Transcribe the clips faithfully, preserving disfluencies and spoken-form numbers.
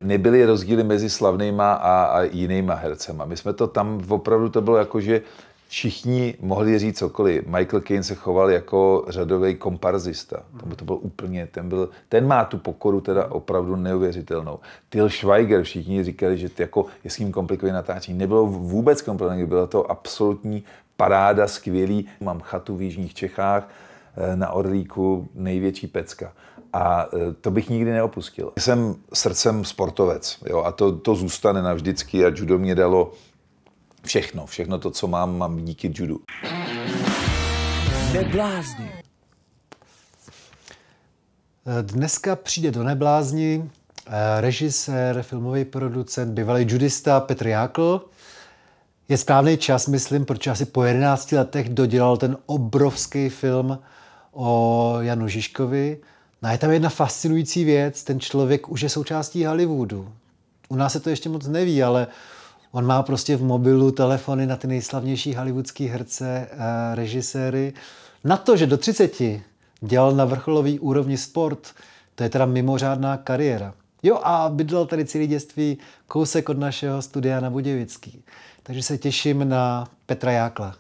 Nebyly rozdíly mezi slavnýma a, a jinýma hercema. My jsme to tam, opravdu to bylo jako, že všichni mohli říct cokoliv. Michael Caine se choval jako řadový komparzista. To, to byl úplně, ten, byl, ten má tu pokoru teda opravdu neuvěřitelnou. Til Schweiger, všichni říkali, že jako je s ním komplikované natáčení. Nebylo vůbec komplikované, byla to absolutní paráda, skvělý. Mám chatu v jižních Čechách, na Orlíku, největší pecka. A to bych nikdy neopustil. Jsem srdcem sportovec, jo, a to, to zůstane navždycky a judo mě dalo všechno. Všechno to, co mám, mám díky judu. Neblázni. Dneska přijde do Neblázni režisér, filmový producent, bývalý judista Petr Jákl. Je správný čas, myslím, protože asi po jedenácti letech dodělal ten obrovský film o Janu Žižkovi. No je tam jedna fascinující věc, ten člověk už je součástí Hollywoodu. U nás se to ještě moc neví, ale on má prostě v mobilu telefony na ty nejslavnější hollywoodský herce, režiséry. Na to, že do třiceti dělal na vrcholový úrovni sport, to je teda mimořádná kariéra. Jo, a bydlel tady celý dětství kousek od našeho studia na Budějovický. Takže se těším na Petra Jákla.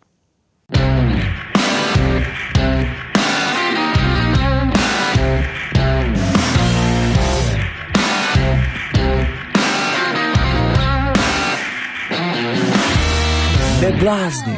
Neblázni.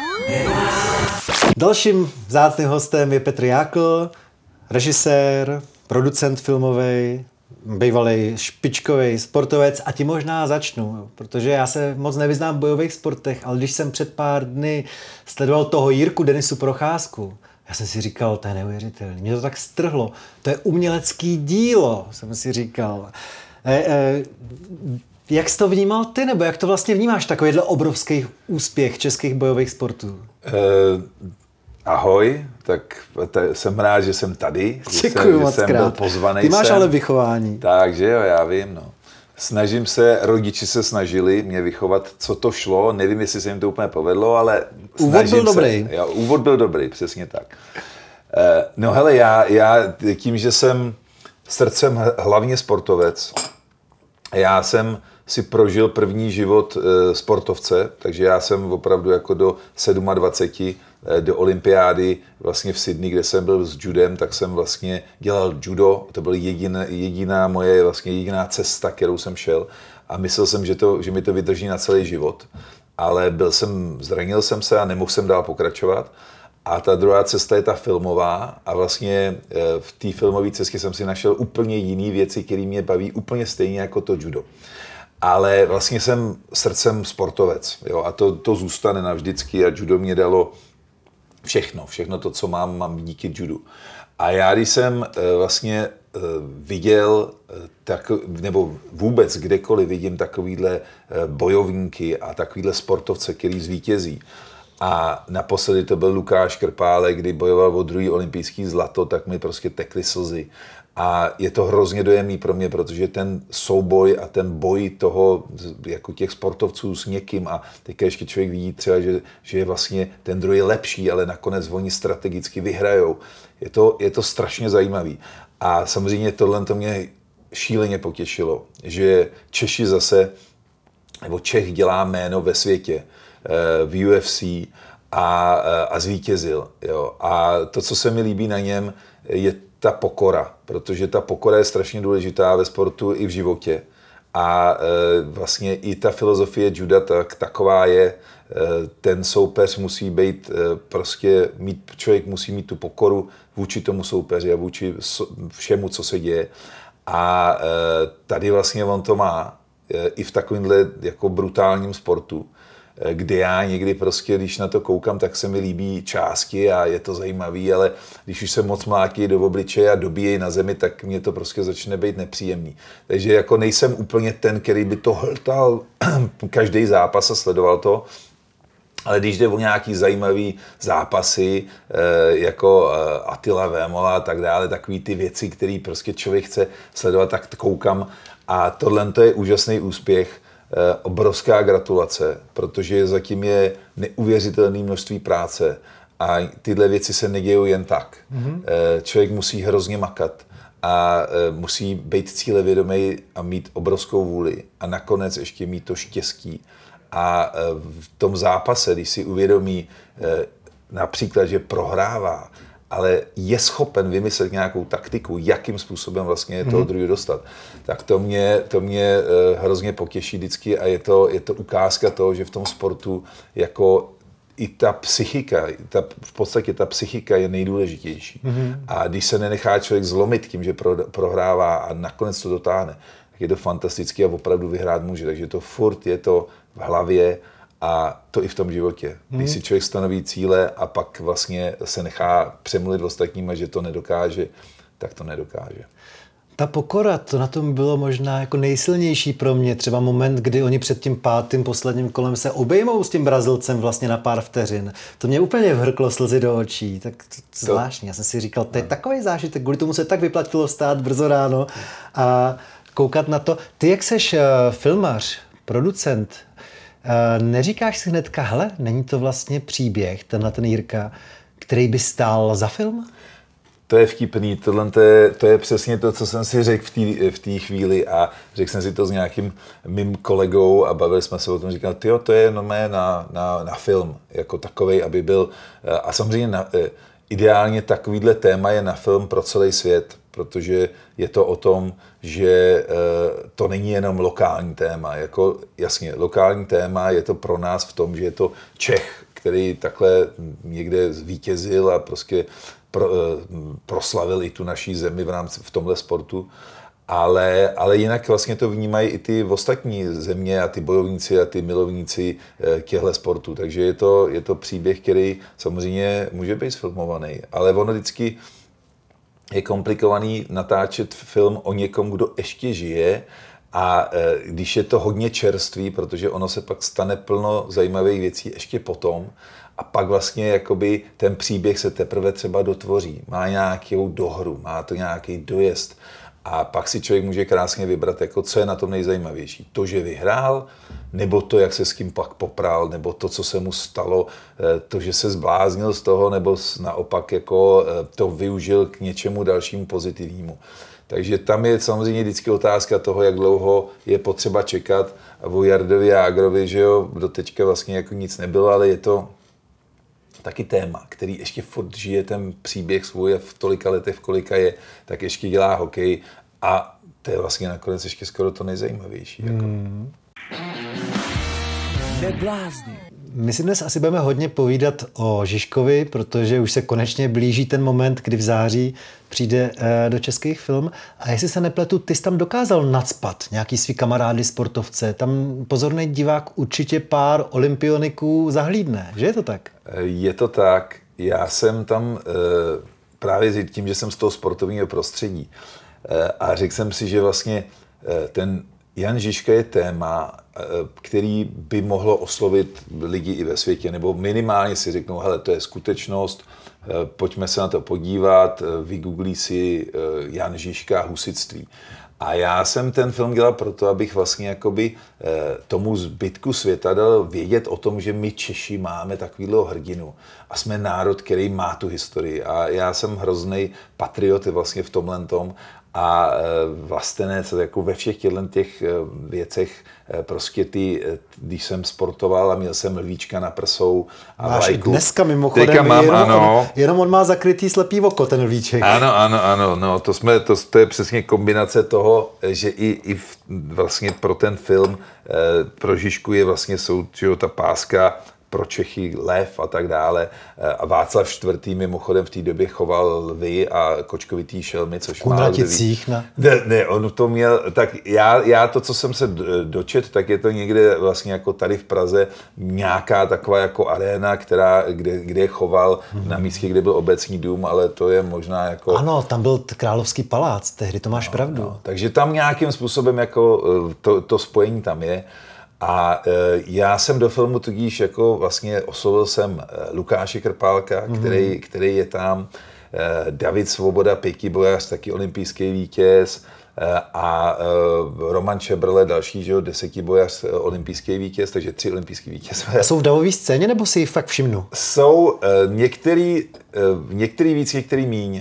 Dalším vzácným hostem je Petr Jákl, režisér, producent filmový, bývalý špičkový sportovec a ti možná začnu, protože já se moc nevyznám v bojových sportech, ale když jsem před pár dny sledoval toho Jirku Denisu Procházku, já jsem si říkal, to je neuvěřitelné, mě to tak strhlo, to je umělecký dílo, jsem si říkal. E, e, jak jsi to vnímal ty, nebo jak to vlastně vnímáš, takovýhle obrovský úspěch českých bojových sportů? E- Ahoj, tak t- jsem rád, že jsem tady, že Děkuju jsem, moc že jsem byl pozvaný. Ty máš jsem. ale vychování. Takže jo, já vím, no. Snažím se, rodiči se snažili mě vychovat, co to šlo, nevím, jestli se jim to úplně povedlo, ale úvod byl se. dobrý. Jo, úvod byl dobrý, přesně tak. E, no hele, já, já tím, že jsem srdcem hlavně sportovec, já jsem si prožil první život e, sportovce, takže já jsem opravdu jako do dvaceti sedmi do olympiády vlastně v Sydney, kde jsem byl s judem, tak jsem vlastně dělal judo, to byla jediná, jediná moje vlastně jediná cesta, kterou jsem šel a myslel jsem, že, to, že mi to vydrží na celý život, ale byl jsem, zranil jsem se a nemohl jsem dál pokračovat a ta druhá cesta je ta filmová a vlastně v té filmové cestě jsem si našel úplně jiné věci, které mě baví úplně stejně jako to judo. Ale vlastně jsem srdcem sportovec, jo, a to, to zůstane navždycky a judo mě dalo všechno, všechno to, co mám, mám díky judu. A já, když jsem vlastně viděl, tak, nebo vůbec kdekoliv vidím takovýhle bojovníky a takovýhle sportovce, který zvítězí, a naposledy to byl Lukáš Krpálek, kdy bojoval o druhý olympijský zlato, tak mi prostě tekly slzy. A je to hrozně dojemný pro mě, protože ten souboj a ten boj toho, jako těch sportovců s někým a teďka ještě člověk vidí třeba, že, že je vlastně ten druhý lepší, ale nakonec oni strategicky vyhrajou. Je to, je to strašně zajímavý. A samozřejmě tohle to mě šíleně potěšilo, že Češi zase, nebo Čech dělá jméno ve světě, v U F C a, a zvítězil. Jo. A to, co se mi líbí na něm, je ta pokora, protože ta pokora je strašně důležitá ve sportu i v životě. A e, vlastně i ta filozofie juda tak, taková je, e, ten soupeř musí být, e, prostě mít, člověk musí mít tu pokoru vůči tomu soupeři a vůči so, všemu, co se děje. A e, tady vlastně on to má, e, i v takovémhle jako brutálním sportu, kde já někdy prostě, když na to koukám, tak se mi líbí části a je to zajímavý, ale když už se moc mlátí do obličeje a dobíjejí na zemi, tak mě to prostě začne být nepříjemný. Takže jako nejsem úplně ten, který by to hltal každý zápas a sledoval to, ale když jde o nějaký zajímavý zápasy, jako Attila Vémola a tak dále, takový ty věci, které prostě člověk chce sledovat, tak koukám a tohle to je úžasný úspěch. Obrovská gratulace, protože zatím je neuvěřitelné množství práce a tyhle věci se nedějou jen tak. Mm-hmm. Člověk musí hrozně makat a e, musí být cílevědomý a mít obrovskou vůli a nakonec ještě mít to štěstí. A e, v tom zápase, když si uvědomí e, například, že prohrává, ale je schopen vymyslet nějakou taktiku, jakým způsobem vlastně toho druhého dostat, tak to mě, to mě e, hrozně potěší vždycky a je to, je to ukázka toho, že v tom sportu jako i ta psychika, ta, v podstatě ta psychika je nejdůležitější. Mm-hmm. A když se nenechá člověk zlomit tím, že pro, prohrává a nakonec to dotáhne, tak je to fantastický a opravdu vyhrát může. Takže to furt je to v hlavě a to i v tom životě. Mm-hmm. Když si člověk stanoví cíle a pak vlastně se nechá přemluvit ostatníma, že to nedokáže, tak to nedokáže. Ta pokora, to na tom bylo možná jako nejsilnější pro mě. Třeba moment, kdy oni před tím pátým posledním kolem se obejmou s tím Brazilcem vlastně na pár vteřin. To mě úplně vhrklo slzy do očí. Tak to, to zvláštní. Já jsem si říkal, to je takový zážitek, kvůli tomu se tak vyplatilo vstát brzo ráno a koukat na to. Ty, jak seš uh, filmař, producent, uh, neříkáš si hnedka, hele, není to vlastně příběh, tenhle ten Jirka, který by stál za film? To je vtipný, tohle to je, to je přesně to, co jsem si řekl v té v chvíli a řekl jsem si to s nějakým mým kolegou a bavili jsme se o tom, říkal, tyjo, to je normálně na, na, na film, jako takovej, aby byl, a samozřejmě na, ideálně takovýhle téma je na film pro celý svět, protože je to o tom, že to není jenom lokální téma, jako jasně, lokální téma je to pro nás v tom, že je to Čech, který takhle někde zvítězil a prostě Pro, proslavil i tu naší zemi v rámci v tomhle sportu, ale, ale jinak vlastně to vnímají i ty ostatní země a ty bojovníci a ty milovníci těchto sportů. Takže je to, je to příběh, který samozřejmě může být sfilmovaný, ale ono vždycky je komplikovaný natáčet film o někom, kdo ještě žije a když je to hodně čerstvý, protože ono se pak stane plno zajímavých věcí ještě potom, a pak vlastně jakoby ten příběh se teprve třeba dotvoří. Má nějakou dohru, má to nějaký dojezd. A pak si člověk může krásně vybrat, jako co je na tom nejzajímavější. To, že vyhrál, nebo to, jak se s kým pak popral, nebo to, co se mu stalo, to, že se zbláznil z toho, nebo naopak jako to využil k něčemu dalšímu pozitivnímu. Takže tam je samozřejmě vždycky otázka toho, jak dlouho je potřeba čekat. A o Jardovi Jágrovi, že jo, do teďka vlastně jako nic nebylo, ale je to taky téma, který ještě furt žije ten příběh svůj a v tolika letech, v kolika je, tak ještě dělá hokej a to je vlastně nakonec ještě skoro to nejzajímavější. Jako. Hmm. My si dnes asi budeme hodně povídat o Žižkovi, protože už se konečně blíží ten moment, kdy v září přijde do českých film. A jestli se nepletu, ty jsi tam dokázal nacpat nějaký svý kamarády sportovce. Tam pozorný divák určitě pár olympioniků zahlídne, že je to tak? Je to tak. Já jsem tam právě tím, že jsem z toho sportovního prostředí a řekl jsem si, že vlastně ten Jan Žižka je téma, který by mohlo oslovit lidi i ve světě, nebo minimálně si řeknou, hele, to je skutečnost, pojďme se na to podívat, vygooglí si Jan Žižka husitství. A já jsem ten film dělal proto, abych vlastně jakoby tomu zbytku světa dal vědět o tom, že my Češi máme takovýhle hrdinu a jsme národ, který má tu historii. A já jsem hroznej patriot vlastně v tomhle tom a vlastenec, jako ve všech těchto těch věcech prostě ty, když jsem sportoval a měl jsem lvíčka na prsou a máš vlajku. Dneska mimochodem, Teďka mám, jenom, ano. On, jenom on má zakrytý slepý oko, ten lvíček. Ano, ano, ano, no, to, jsme, to, to je přesně kombinace toho, že i, i v, vlastně pro ten film, pro Žižku je vlastně jsou, že ta páska pro Čechy lev a tak dále. A Václav čtvrtý mimochodem v té době choval lvy a kočkovitý šelmy, což má Kunraticích, ne? ne? Ne, on to měl, tak já, já to, co jsem se dočet, tak je to někde vlastně jako tady v Praze nějaká taková jako aréna, která, kde, kde choval hmm. na místě, kde byl obecní dům, ale to je možná jako... Ano, tam byl Královský palác, tehdy to máš no, pravdu. No, takže tam nějakým způsobem jako to, to spojení tam je. A e, já jsem do filmu tudíž jako vlastně oslovil jsem Lukáše Krpálka, mm-hmm. který, který je tam, e, David Svoboda, pětibojař, taky olympijský vítěz e, a e, Roman Čebrle, další, že jo, desetibojař, olympijský vítěz, takže tři olympijský vítězové. A jsou v davové scéně, nebo si jich fakt všimnu? Jsou e, některý, e, některý víc, některý míň.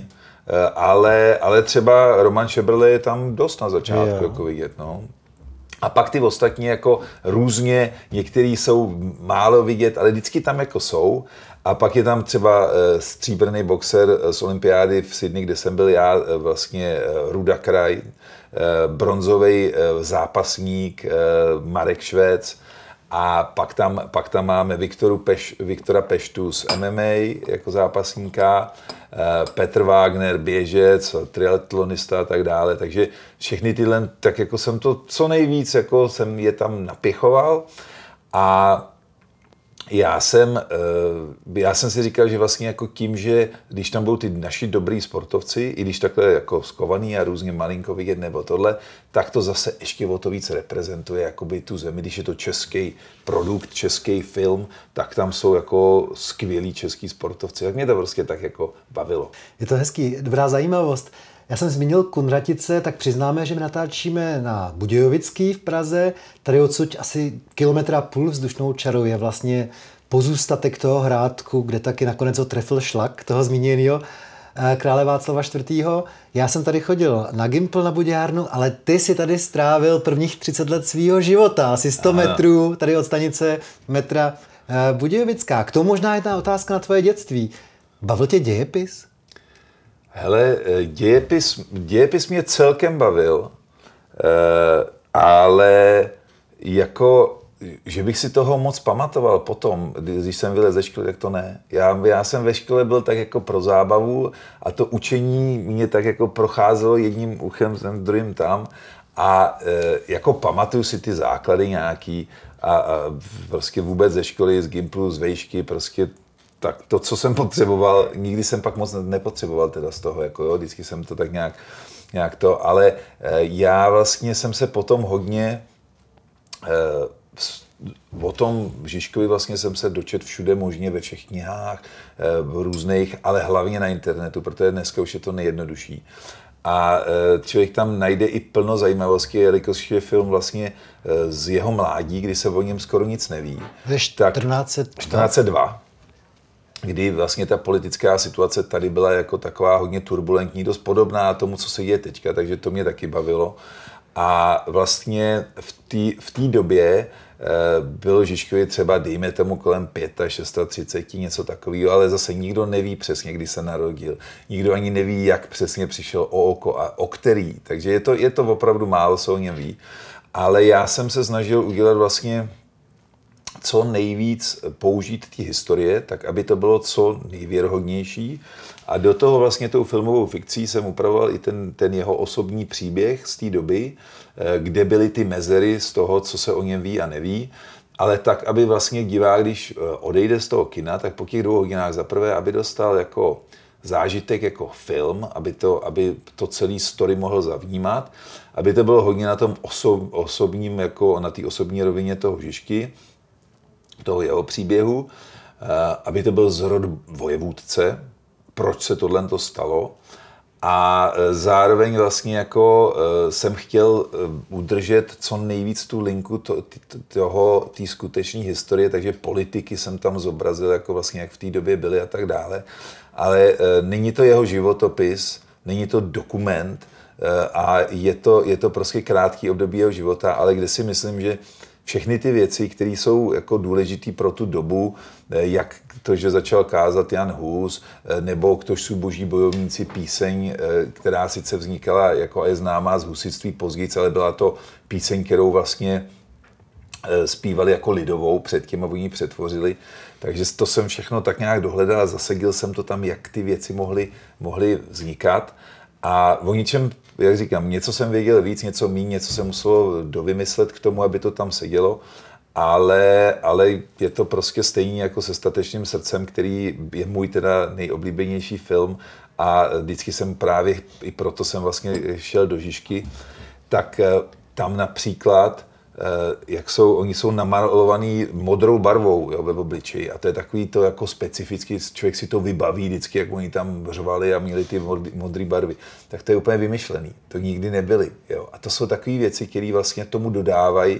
ale, ale třeba Roman Šebrle je tam dost na začátku jako vidět, no. A pak ty ostatní jako různě, některý jsou málo vidět, ale vždycky tam jako jsou. A pak je tam třeba stříbrný boxer z olympiády v Sydney, kde jsem byl já, vlastně Ruda Kraj, bronzový zápasník Marek Švec. A pak tam, pak tam máme Viktoru Peš, Viktora Peštu z M M A jako zápasníka, Petr Wagner, běžec, triatlonista a tak dále. Takže všechny tyhle, tak jako jsem to co nejvíc, jako jsem je tam napěchoval. A já jsem, já jsem si říkal, že vlastně jako tím, že když tam budou ty naši dobrý sportovci, i když takhle jako skovaný a různě malinko vidět nebo tohle, tak to zase ještě o to víc reprezentuje jakoby tu zemi. Když je to český produkt, český film, tak tam jsou jako skvělí český sportovci. Tak mě to prostě tak jako bavilo. Je to hezký, dobrá zajímavost. Já jsem zmínil Kunratice, tak přiznáme, že my natáčíme na Budějovický v Praze. Tady odsud asi kilometra půl vzdušnou čarou je vlastně pozůstatek toho hrádku, kde taky nakonec ho trefil šlak toho zmíněného krále Václava čtvrtého. Já jsem tady chodil na Gimpl na Budějárnu, ale ty si tady strávil prvních třicet let svýho života, asi sto metrů, tady od stanice metra Budějovická. K tomu možná je ta otázka na tvoje dětství. Bavil tě dějepis? Hele, dějepis, dějepis mě celkem bavil, ale jako, že bych si toho moc pamatoval potom, když jsem vylez ze školy, tak to ne. Já, já jsem ve škole byl tak jako pro zábavu a to učení mě tak jako procházelo jedním uchem, tím druhým tam a jako pamatuju si ty základy nějaký a, a prostě vůbec ze školy, z Gimplu, z vejšky, prostě tak to, co jsem potřeboval, nikdy jsem pak moc nepotřeboval teda z toho, jako jo, vždycky jsem to tak nějak, nějak to, ale já vlastně jsem se potom hodně eh, o tom Žižkovi vlastně jsem se dočet všude možně ve všech knihách, eh, různých, ale hlavně na internetu, protože dneska už je to nejjednodušší. A člověk tam najde i plno zajímavostí, jelikož je film vlastně z jeho mládí, kdy se o něm skoro nic neví. čtrnáct set dva kdy vlastně ta politická situace tady byla jako taková hodně turbulentní, dost podobná tomu, co se děje teďka, takže to mě taky bavilo. A vlastně v té v době e, bylo Žižkovi třeba, dejme tomu, kolem třicet pět, něco takového, ale zase nikdo neví přesně, kdy se narodil. Nikdo ani neví, jak přesně přišel o oko a o který. Takže je to, je to opravdu málo, se o něm ví. Ale já jsem se snažil udělat vlastně co nejvíc použít té historie, tak aby to bylo co nejvěrohodnější. A do toho vlastně tou filmovou fikcí jsem upravoval i ten, ten jeho osobní příběh z té doby, kde byly ty mezery z toho, co se o něm ví a neví, ale tak, aby vlastně divák, když odejde z toho kina, tak po těch dvou hodinách zaprvé, aby dostal jako zážitek jako film, aby to, aby to celý story mohl zavnímat, aby to bylo hodně na tom osob, osobním, jako na té osobní rovině toho Žižky, toho jeho příběhu, aby to byl zrod vojevůdce, proč se tohle to stalo. A zároveň vlastně jako jsem chtěl udržet co nejvíc tu linku to, toho, té skutečné historie, takže politiky jsem tam zobrazil, jako vlastně jak v té době byly a tak dále. Ale není to jeho životopis, není to dokument a je to, je to prostě krátký období jeho života, ale kde si myslím, že všechny ty věci, které jsou jako důležité pro tu dobu, jak to, že začal kázat Jan Hus, nebo Ktož jsou boží bojovníci, píseň, která sice vznikala jako a je známá z husitství později, ale byla to píseň, kterou vlastně zpívali jako lidovou předtím a oni ji přetvořili. Takže to jsem všechno tak nějak dohledal a zasadil jsem to tam, jak ty věci mohly, mohly vznikat. A o ničem, jak říkám, něco jsem věděl víc, něco míň, něco jsem musel dovymyslet k tomu, aby to tam sedělo, ale, ale je to prostě stejně jako se Statečným srdcem, který je můj teda nejoblíbenější film a vždycky jsem právě, i proto jsem vlastně šel do Žižky, tak tam například, jak jsou, oni jsou namalovaný modrou barvou, jo, ve obličeji a to je takový to jako specificky, člověk si to vybaví vždycky, jak oni tam řvali a měli ty modré barvy, tak to je úplně vymyšlený, to nikdy nebyly, jo. A to jsou takové věci, které vlastně tomu dodávají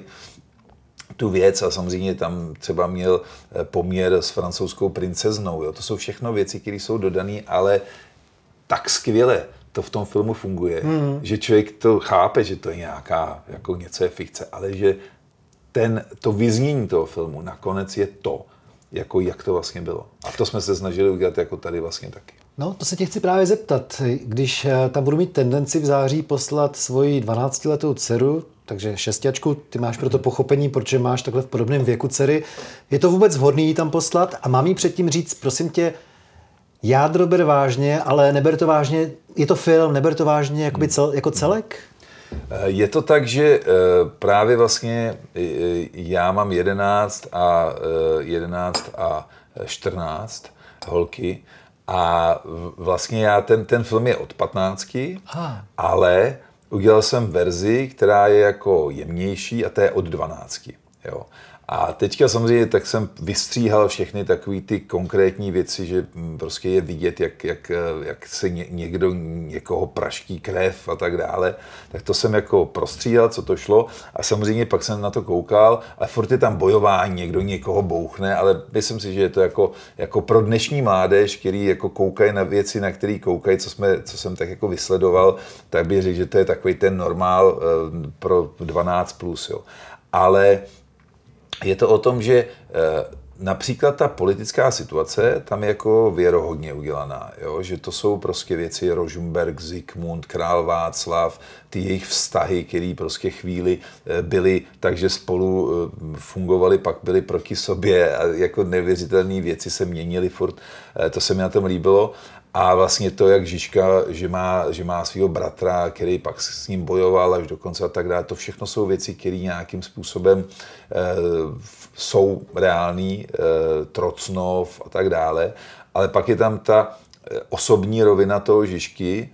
tu věc a samozřejmě tam třeba měl poměr s francouzskou princeznou, jo. To jsou všechno věci, které jsou dodané, ale tak skvěle to v tom filmu funguje, mm. že člověk to chápe, že to je nějaká, jako něco je fikce, ale že ten, to vyznění toho filmu nakonec je to, jako jak to vlastně bylo. A to jsme se snažili udělat jako tady vlastně taky. No, to se tě chci právě zeptat. Když tam budu mít tendenci v září poslat svoji dvanáctiletou dceru, takže šestiačku, ty máš proto pochopení, protože máš takhle v podobném věku dcery, je to vůbec vhodný jí tam poslat? A mám jí předtím říct, prosím tě, jádro ber vážně, ale neber to vážně, je to film, neber to vážně jakoby cel, jako celek? Je to tak, že právě vlastně já mám jedenáct a, jedenáct a čtrnáct holky a vlastně já ten, ten film je od patnácti, ah. ale udělal jsem verzi, která je jako jemnější a to je od dvanácti. Jo. A teďka samozřejmě tak jsem vystříhal všechny takové ty konkrétní věci, že prostě je vidět, jak, jak, jak se ně, někdo někoho praští krev a tak dále. Tak to jsem jako prostříhal, co to šlo. A samozřejmě pak jsem na to koukal, ale furt je tam bojování, někdo někoho bouchne, ale myslím si, že je to jako, jako pro dnešní mládež, který jako koukají na věci, na který koukají, co, jsme, co jsem tak jako vysledoval, tak bych řekl, že to je takový ten normál pro dvanáct plus. Jo. Ale je to o tom, že například ta politická situace tam je jako věrohodně udělaná, jo? Že to jsou prostě věci Rožmberk, Zikmund, král Václav, ty jejich vztahy, které prostě chvíli byly, takže spolu fungovali, pak byli proti sobě a jako neuvěřitelné věci se měnily furt, to se mi na tom líbilo. A vlastně to, jak Žižka, že má, že má svého bratra, který pak s ním bojoval až do konce a tak dále, to všechno jsou věci, které nějakým způsobem e, jsou reální, e, Trocnov a tak dále. Ale pak je tam ta osobní rovina toho Žižky,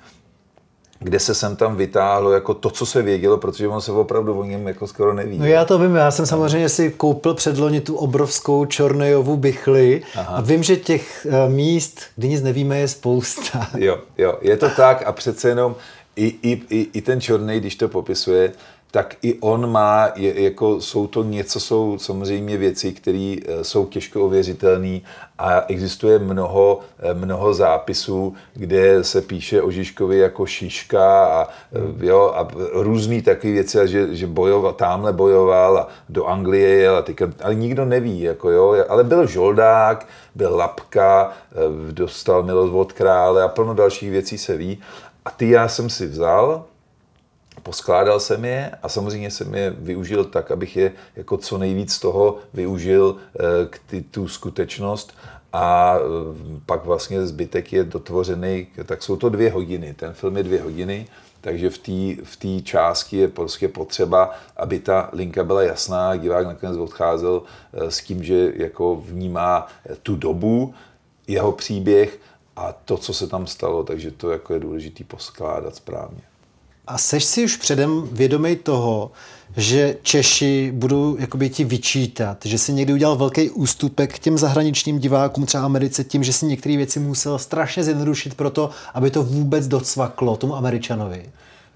kde se sem tam vytáhlo jako to, co se vědělo, protože on se opravdu o něm jako skoro neví. No já to vím, já jsem samozřejmě si koupil předloni tu obrovskou Čornojovu bichli. Aha. A vím, že těch míst, kdy nic nevíme, je spousta. Jo, jo, je to tak a přece jenom i, i, i, i ten Čornej, když to popisuje, tak i on má, je, jako jsou to něco, jsou samozřejmě věci, které jsou těžko ověřitelné a existuje mnoho, mnoho zápisů, kde se píše o Žižkovi jako Šiška a, hmm. jo, a různý takové věci, že, že bojoval, tamhle bojoval a do Anglie jel, a tyka, ale nikdo neví, jako jo, ale byl žoldák, byl Lapka, dostal milost od krále a plno dalších věcí se ví. A ty já jsem si vzal, poskládal jsem je a samozřejmě jsem je využil tak, abych je jako co nejvíc z toho využil k ty, tu skutečnost a pak vlastně zbytek je dotvořený, tak jsou to dvě hodiny, ten film je dvě hodiny, takže v té v té části je prostě potřeba, aby ta linka byla jasná, divák nakonec odcházel s tím, že jako vnímá tu dobu, jeho příběh a to, co se tam stalo, takže to jako je důležité poskládat správně. A seš si už předem vědomý toho, že Češi budou jakoby ti vyčítat, že si někdy udělal velký ústupek těm zahraničním divákům, třeba Americe, tím, že si některé věci musel strašně zjednodušit proto, aby to vůbec docvaklo tomu Američanovi?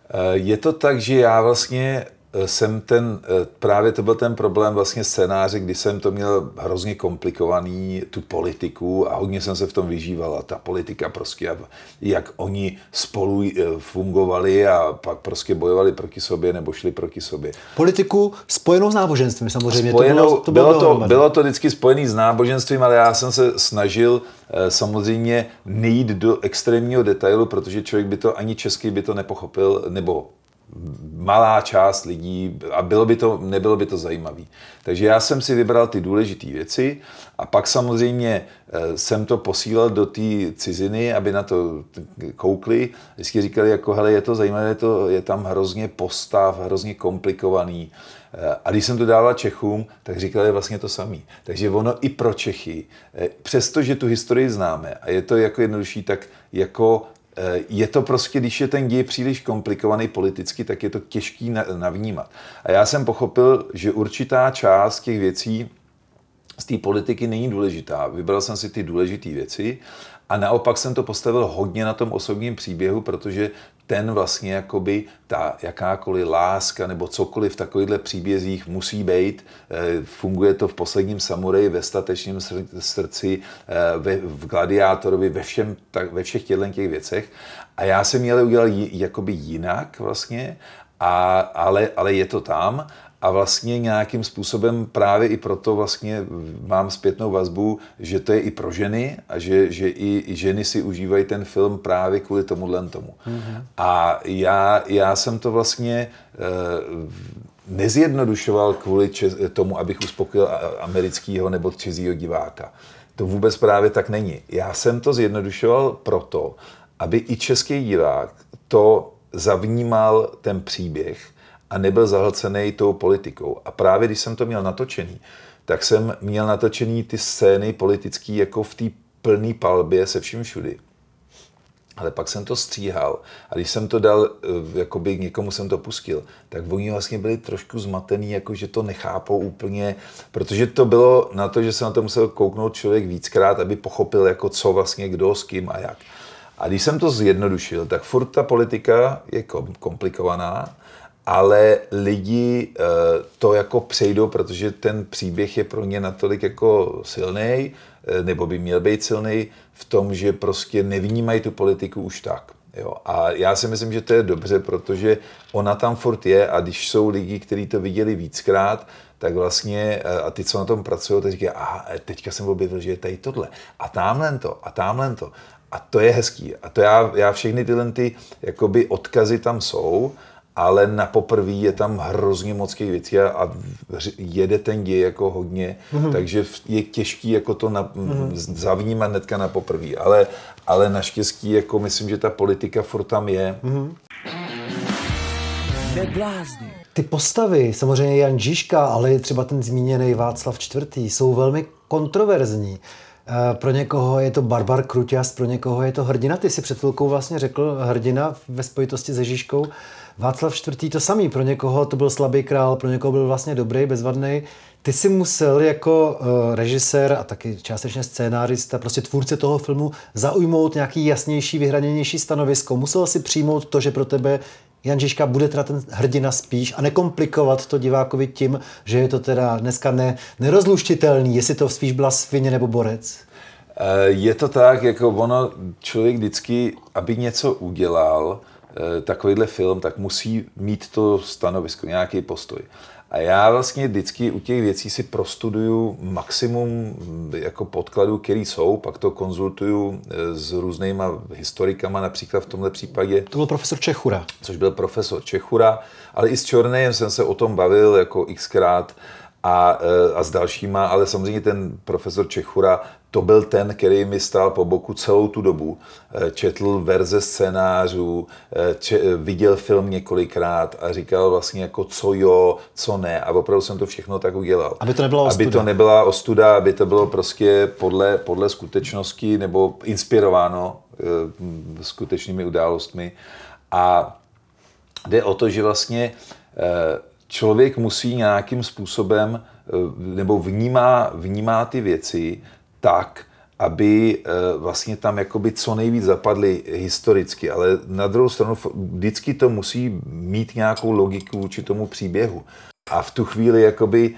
Je to tak, že já vlastně jsem ten, právě to byl ten problém vlastně scénáře, kdy jsem to měl hrozně komplikovaný, tu politiku a hodně jsem se v tom vyžíval a ta politika prostě, jak oni spolu fungovali a pak prostě bojovali proti sobě nebo šli proti sobě. Politiku spojenou s náboženstvím samozřejmě. Spojenou, to bylo, to bylo, bylo, to, bylo to vždycky spojený s náboženstvím, ale já jsem se snažil samozřejmě nejít do extrémního detailu, protože člověk by to, ani český by to nepochopil, nebo malá část lidí a bylo by to, nebylo by to zajímavé. Takže já jsem si vybral ty důležité věci a pak samozřejmě jsem to posílal do té ciziny, aby na to koukli. Vždycky říkali, jako hele, je to zajímavé, je, to, je tam hrozně postav, hrozně komplikovaný. A když jsem to dával Čechům, tak říkali vlastně to samý. Takže ono i pro Čechy, přestože tu historii známe a je to jako jednodušší, tak jako je to prostě, když je ten děj příliš komplikovaný politicky, tak je to těžký navnímat. A já jsem pochopil, že určitá část těch věcí z té politiky není důležitá. Vybral jsem si ty důležité věci a naopak jsem to postavil hodně na tom osobním příběhu, protože ten vlastně jakoby ta jakákoliv láska nebo cokoliv v takovýchhle příbězích musí být. Funguje to v Posledním samuraji, ve Statečném srdci, ve, v Gladiátorovi, ve, všem, tak, ve všech těchto těch věcech. A já jsem měl udělat jakoby jinak vlastně, a, ale, ale je to tam. A vlastně nějakým způsobem právě i proto vlastně mám zpětnou vazbu, že to je i pro ženy a že, že i, i ženy si užívají ten film právě kvůli tomuhle tomu. Mm-hmm. A já, já jsem to vlastně eh, nezjednodušoval kvůli čes, tomu, abych uspokojil amerického nebo cizího diváka. To vůbec právě tak není. Já jsem to zjednodušoval proto, aby i český divák to zavnímal ten příběh a nebyl zahlcený tou politikou. A právě když jsem to měl natočený, tak jsem měl natočený ty scény politické jako v té plné palbě se vším všudy. Ale pak jsem to stříhal a když jsem to dal, jakoby někomu jsem to pustil, tak oni vlastně byli trošku zmatený, jako že to nechápou úplně, protože to bylo na to, že se na to musel kouknout člověk víckrát, aby pochopil, jako co vlastně kdo, s kým a jak. A když jsem to zjednodušil, tak furt ta politika je komplikovaná, ale lidi to jako přejdou, protože ten příběh je pro ně natolik jako silný, nebo by měl být silný v tom, že prostě nevnímají tu politiku už tak. Jo. A já si myslím, že to je dobře, protože ona tam furt je a když jsou lidi, kteří to viděli víckrát, tak vlastně, a ty, co na tom pracují, tak říkají, aha, teďka jsem objevil, že je tady tohle, a támhle to, a támhle to. A to je hezký. A to já, já všechny tyhle ty jakoby odkazy tam jsou, ale na poprví je tam hrozně moc těch věcí a, a jede ten děj jako hodně, mm-hmm. takže je těžký jako to na, mm-hmm. zavnímat hnedka na poprví, ale, ale naštěstí jako myslím, že ta politika furt tam je. Mm-hmm. Ty postavy, samozřejmě Jan Žižka, ale třeba ten zmíněný Václav čtvrtý, jsou velmi kontroverzní. Pro někoho je to barbar Kruťas, pro někoho je to hrdina. Ty si před chvilkou vlastně řekl hrdina ve spojitosti se Žižkou. Václav čtvrtý to samý, pro někoho to byl slabý král, pro někoho byl vlastně dobrý, bezvadný. Ty si musel jako uh, režisér a taky částečně scénárista, prostě tvůrce toho filmu, zaujmout nějaký jasnější, vyhraněnější stanovisko. Musel si přijmout to, že pro tebe Jan Žižka bude teda ten hrdina spíš a nekomplikovat to divákovi tím, že je to teda dneska ne, nerozluštitelný, jestli to spíš byla svině nebo borec. Je to tak, jako ono, člověk vždycky, aby něco udělal, takovýhle film, tak musí mít to stanovisko, nějaký postoj. A já vlastně vždycky u těch věcí si prostuduju maximum jako podkladů, který jsou, pak to konzultuju s různýma historikama, například v tomhle případě. To byl profesor Čechura. Což byl profesor Čechura, ale i s Čornejem jsem se o tom bavil jako xkrát a, a s dalšíma, ale samozřejmě ten profesor Čechura, to byl ten, který mi stál po boku celou tu dobu. Četl verze scénářů, če, viděl film několikrát a říkal vlastně jako co jo, co ne. A opravdu jsem to všechno tak udělal. Aby to nebyla ostuda. Aby to nebyla ostuda, aby to bylo prostě podle, podle skutečnosti nebo inspirováno e, skutečnými událostmi. A jde o to, že vlastně e, člověk musí nějakým způsobem e, nebo vnímá, vnímá ty věci tak, aby vlastně tam jakoby co nejvíc zapadly historicky, ale na druhou stranu vždycky to musí mít nějakou logiku vůči tomu příběhu. A v tu chvíli jakoby,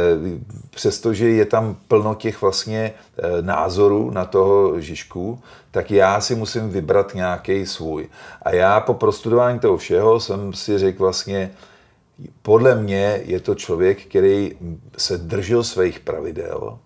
přestože je tam plno těch vlastně názorů na toho Žižku, tak já si musím vybrat nějaký svůj. A já po prostudování toho všeho jsem si řekl vlastně, podle mě je to člověk, který se držel svých pravidel,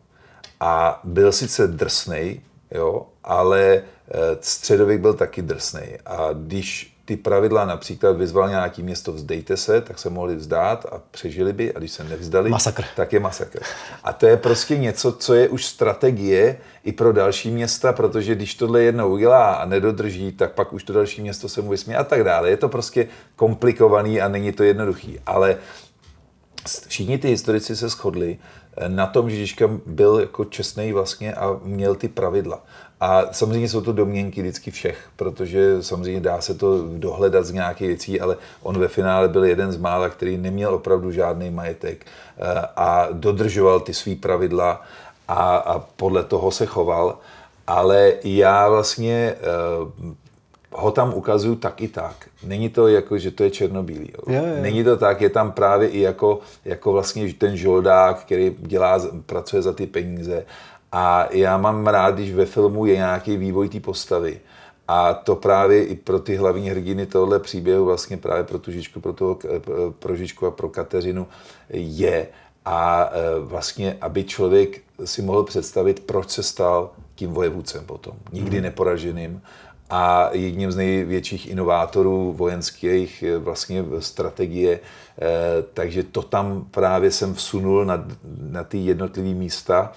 a byl sice drsnej, jo, ale středověk byl taky drsnej. A když ty pravidla například vyzval nějaký město vzdejte se, tak se mohli vzdát a přežili by, a když se nevzdali, masakr. Tak je masakr. A to je prostě něco, co je už strategie i pro další města, protože když tohle jednou udělá a nedodrží, tak pak už to další město se mu vysměje a tak dále. Je to prostě komplikovaný a není to jednoduchý. Ale všichni ty historici se shodli na tom, že Žižka byl jako čestnej vlastně a měl ty pravidla. A samozřejmě jsou to domněnky vždycky všech, protože samozřejmě dá se to dohledat z nějakých věcí, ale on ve finále byl jeden z mála, který neměl opravdu žádný majetek a dodržoval ty svý pravidla a, a podle toho se choval. Ale já vlastně ho tam ukazuju tak i tak. Není to jako, že to je černobílý. Jo. Jo, jo. Není to tak, je tam právě i jako, jako vlastně ten žoldák, který dělá, pracuje za ty peníze. A já mám rád, když ve filmu je nějaký vývoj té postavy. A to právě i pro ty hlavní hrdiny tohle příběhu, vlastně právě pro tu Žižku, pro, toho, pro Žižku a pro Kateřinu je. A vlastně, aby člověk si mohl představit, proč se stal tím vojevůdcem potom. Nikdy neporaženým. A jedním z největších inovátorů vojenských vlastně strategie. Takže to tam právě jsem vsunul na, na ty jednotlivé místa,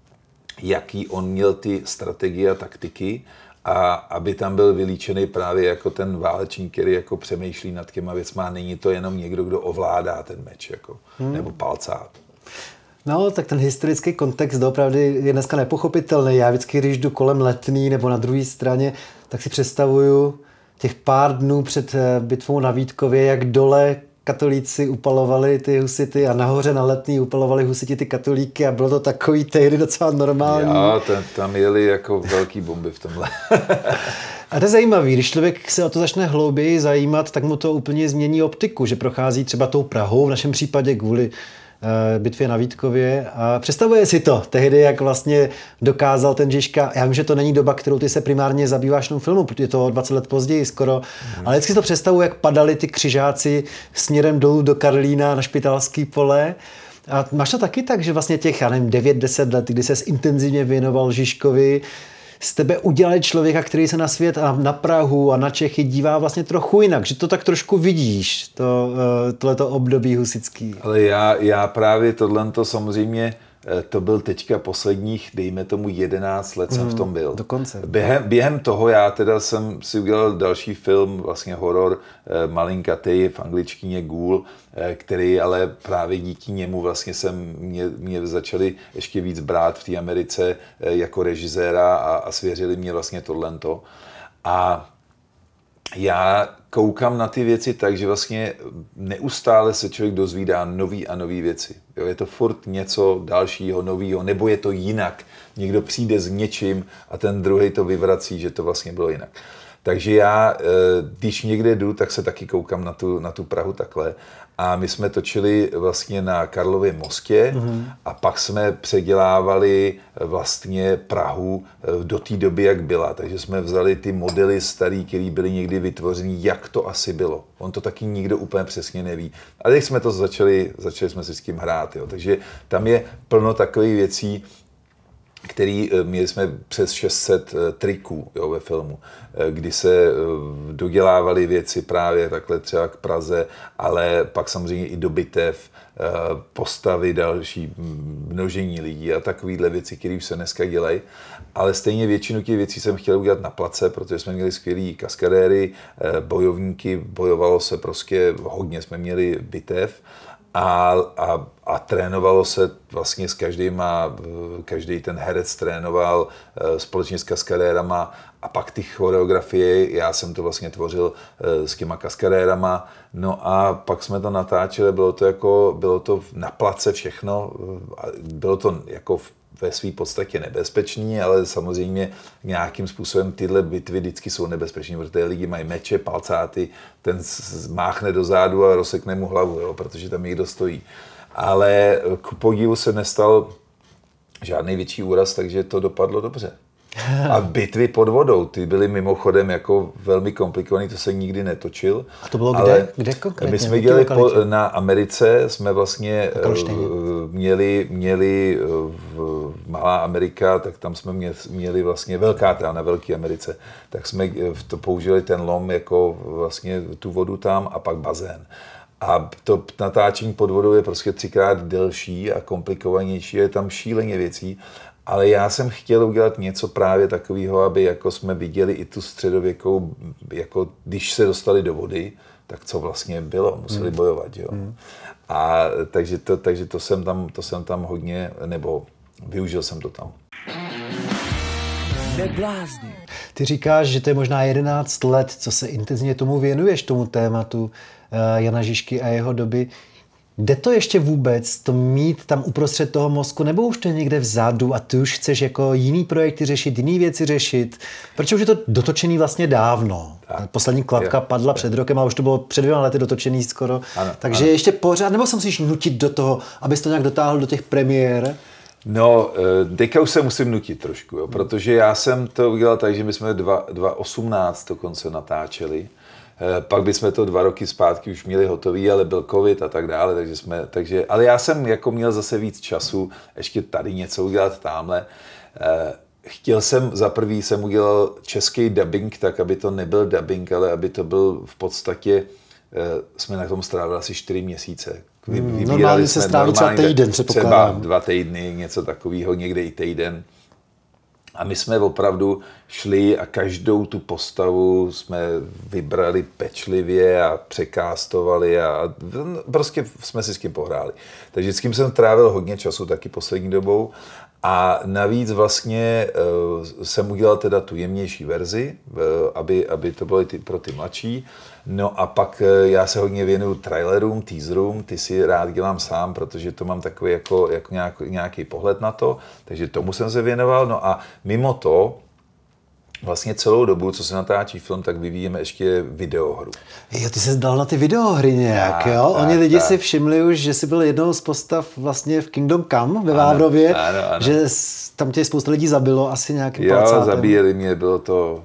jaký on měl ty strategie a taktiky, a aby tam byl vylíčený právě jako ten válečník, který jako přemýšlí nad těma věcma. Není to jenom někdo, kdo ovládá ten meč, jako, hmm. nebo palcát. No, tak ten historický kontext opravdu je dneska nepochopitelný. Já vždycky, když jdu kolem Letný nebo na druhé straně, tak si představuju těch pár dnů před bitvou na Vítkově, jak dole katolíci upalovali ty husity a nahoře na Letný upalovali husiti ty katolíky a bylo to takový tehdy docela normální. Já, ten, tam jeli jako velký bomby v tomhle. A to je zajímavý, když člověk se o to začne hlouběji zajímat, tak mu to úplně změní optiku, že prochází třeba tou Prahou, v našem případě kvůli bitvě na Vítkově a představuje si to tehdy, jak vlastně dokázal ten Žižka. Já vím, že to není doba, kterou ty se primárně zabýváš v tom filmu, protože je to dvacet let později skoro, hmm. ale vždycky si to představuji, jak padali ty křižáci směrem dolů do Karlína na Špitalský pole. A máš to taky tak, že vlastně těch, já nevím, devět deset let, kdy ses intenzivně věnoval Žižkovi, z tebe udělali člověka, který se na svět a na Prahu a na Čechy dívá vlastně trochu jinak, že to tak trošku vidíš, to, tohleto období husický. Ale já, já právě tohleto samozřejmě, to byl teďka posledních, dejme tomu jedenáct let jsem mm, v tom byl. Dokonce. Během, během toho já teda jsem si udělal další film, vlastně horor, malinkatej, v angličtině Ghoul, který ale právě díky němu vlastně jsem, mě, mě začali ještě víc brát v té Americe jako režiséra a, a svěřili mě vlastně tohleto. A já koukám na ty věci tak, že vlastně neustále se člověk dozvídá nový a nový věci. Jo, je to furt něco dalšího, novýho, nebo je to jinak. Někdo přijde s něčím a ten druhý to vyvrací, že to vlastně bylo jinak. Takže já, když někde jdu, tak se taky koukám na tu, na tu Prahu takhle. A my jsme točili vlastně na Karlově mostě mm-hmm. a pak jsme předělávali vlastně Prahu do té doby, jak byla. Takže jsme vzali ty modely starý, které byly někdy vytvořeny, jak to asi bylo. On to taky nikdo úplně přesně neví. A teď jsme to začali, začali jsme si s tím hrát. Jo. Takže tam je plno takových věcí, který měli jsme přes šest set triků, jo, ve filmu, kdy se dodělávaly věci právě takhle třeba k Praze, ale pak samozřejmě i do bitev, postavy další, množení lidí a takovýhle věci, které už se dneska dělají. Ale stejně většinu těch věcí jsem chtěl udělat na place, protože jsme měli skvělý kaskadéry, bojovníky, bojovalo se prostě hodně, jsme měli bitev. A, a, a trénovalo se vlastně s každým a každý ten herec trénoval společně s kaskadérama a pak ty choreografie, já jsem to vlastně tvořil s těma kaskadérama, no a pak jsme to natáčeli, bylo to jako, bylo to na place všechno, bylo to jako ve své podstatě nebezpečný, ale samozřejmě nějakým způsobem tyhle bitvy vždycky jsou nebezpečné, protože lidi mají meče, palcáty, ten máchne do zádu a rozsekne mu hlavu, jo, protože tam někdo stojí. Ale k podivu se nestal žádný větší úraz, takže to dopadlo dobře. A bitvy pod vodou, ty byly mimochodem jako velmi komplikovaný, to se nikdy netočil. A to bylo kde? Kde konkrétně? My jsme dělali po, na Americe, jsme vlastně měli, měli v Malá Amerika, tak tam jsme měli vlastně velká teda na Velké Americe, tak jsme to použili ten lom jako vlastně tu vodu tam a pak bazén. A to natáčení pod vodou je prostě třikrát delší a komplikovanější, je tam šíleně věcí. Ale já jsem chtěl udělat něco právě takového, aby jako jsme viděli i tu středověkou, jako když se dostali do vody, tak co vlastně bylo, museli hmm. bojovat, jo. Hmm. A takže to, takže to jsem tam, to jsem tam hodně, nebo využil jsem to tam. Neblázni. Ty říkáš, že to je možná jedenáct let, co se intenzivně tomu věnuješ, tomu tématu Jana Žižky a jeho doby. Jde to ještě vůbec, to mít tam uprostřed toho mozku, nebo už to je někde vzadu a ty už chceš jako jiný projekty řešit, jiný věci řešit? Protože už je to dotočený vlastně dávno. Tak. Poslední Klapka je, padla je. před rokem a už to bylo před dvěma lety dotočený skoro. Ano, Takže ano. ještě pořád, nebo se musíš nutit do toho, abys to nějak dotáhl do těch premiér? No, teďka už se musím nutit trošku, jo, protože já jsem to udělal tak, že my jsme dva tisíce osmnáct dokonce natáčeli. Pak bychom to dva roky zpátky už měli hotový, ale byl covid a tak dále, takže jsme, takže, ale já jsem jako měl zase víc času, ještě tady něco udělat tamhle. Chtěl jsem, za prvý jsem udělal český dubbing, tak aby to nebyl dubbing, ale aby to byl v podstatě, jsme na tom strávili asi čtyři měsíce. Hmm, normálně se stráví třeba týden, třeba dva týdny, něco takového, někde i týden. A my jsme opravdu šli a každou tu postavu jsme vybrali pečlivě a překástovali a prostě jsme si s tím pohráli. Takže s tím jsem trávil hodně času taky poslední dobou. A navíc vlastně uh, jsem udělal teda tu jemnější verzi, uh, aby, aby to bylo ty, pro ty mladší. No a pak uh, já se hodně věnuju trailerům, teaserům, ty si rád dělám sám, protože to mám takový jako, jako nějak, nějaký pohled na to, takže tomu jsem se věnoval. No a mimo to, vlastně celou dobu, co se natáčí film, tak vyvíjíme ještě videohru. Jo, ty jsi dal na ty videohry nějak, tak, jo? Tak, Oni lidi tak. si všimli už, že jsi byl jednou z postav vlastně v Kingdom Come ve Vávrově, ano, ano, ano. že tam tě spousta lidí zabilo asi nějakým palcátem. Jo, zabíjeli mě, bylo to...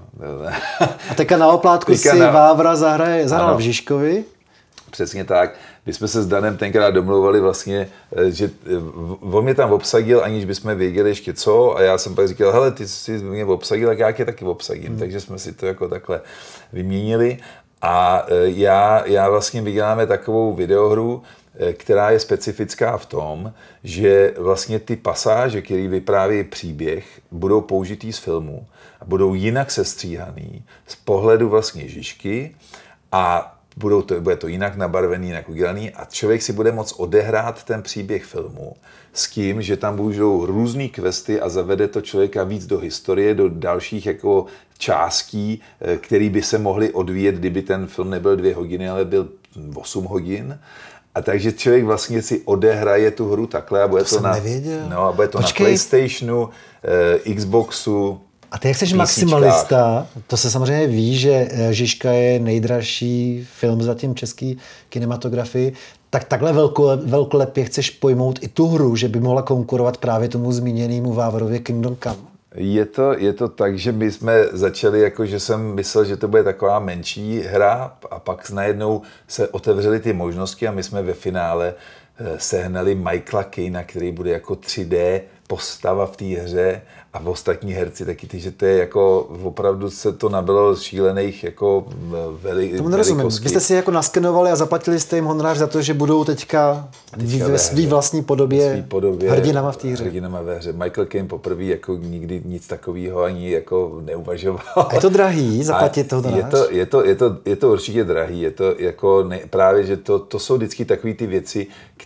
A teďka na oplátku si na... Vávra zahraje, zahrál v Žižkovi. Přesně tak. My jsme se s Danem tenkrát domlouvali vlastně, že on mě tam obsadil, aniž bychom věděli ještě co, a já jsem pak říkal, hele, ty jsi mě obsadil, tak já tě taky obsadím. Hmm. Takže jsme si to jako takhle vyměnili. A já, já vlastně vyděláme takovou videohru, která je specifická v tom, že vlastně ty pasáže, které vypráví příběh, budou použitý z filmu a budou jinak sestříhaný z pohledu vlastně Žižky a Budou to, bude to jinak nabarvený, jinak udělaný a člověk si bude moct odehrát ten příběh filmu s tím, že tam budou různý questy a zavede to člověka víc do historie, do dalších jako částí, které by se mohly odvíjet, kdyby ten film nebyl dvě hodiny, ale byl osm hodin. A takže člověk vlastně si odehraje tu hru takhle a bude to, to na, no, a bude to na PlayStationu, eh, Xboxu. A ty jak jsi maximalista, to se samozřejmě ví, že Žižka je nejdražší film zatím český kinematografii, tak takhle velko, velkolepě chceš pojmout i tu hru, že by mohla konkurovat právě tomu zmíněnému Vávrově Kingdom Come. Je to, je to tak, že my jsme začali, jako že jsem myslel, že to bude taková menší hra a pak najednou se otevřely ty možnosti a my jsme ve finále sehnali Michaela Caina, který bude jako tři dé postava v té hře a v ostatní herci taky, takže to je jako, opravdu se to nabilo šílených jako veli, Tomu nerozumím. Vy jste si jako naskenovali a zaplatili jste jim honorář za to, že budou teďka, teďka ve své vlastní podobě, podobě hrdinama v té hře. Hrdinama ve hře. Michael Caine poprvé jako nikdy nic takového ani jako neuvažoval. A je to drahý zaplatit toho honorář? Je to, je, to, je, to, je to určitě drahý. Je to jako ne, právě, že to, to jsou vždycky takové ty věci,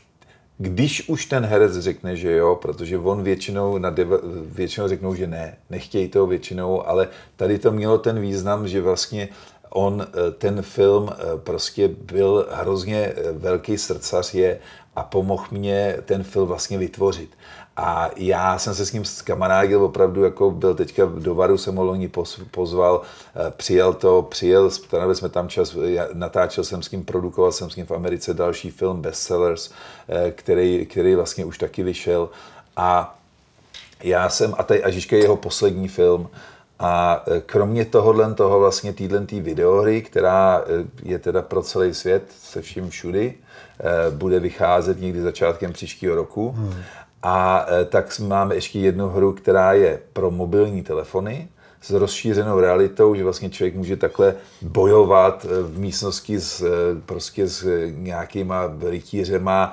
když už ten herec řekne, že jo, protože on většinou, na deva, většinou řeknou, že ne, nechtějí to většinou, ale tady to mělo ten význam, že vlastně on, ten film prostě byl hrozně velký srdcař je a pomohl mě ten film vlastně vytvořit. A já jsem se s ním skamarádil, opravdu jako byl teďka do Varu, jsem ho loni pozval, přijel to, přijel, strávili jsme tam čas, natáčel jsem s ním, produkoval jsem s ním v Americe další film Bestsellers, který, který vlastně už taky vyšel. A já jsem, a tady a Žižka je jeho poslední film, a kromě tohohle toho vlastně týhletý videohry, která je teda pro celý svět se vším všudy, bude vycházet někdy začátkem příštího roku. Hmm. A tak máme ještě jednu hru, která je pro mobilní telefony s rozšířenou realitou, že vlastně člověk může takhle bojovat v místnosti s, prostě s nějakýma rytířema.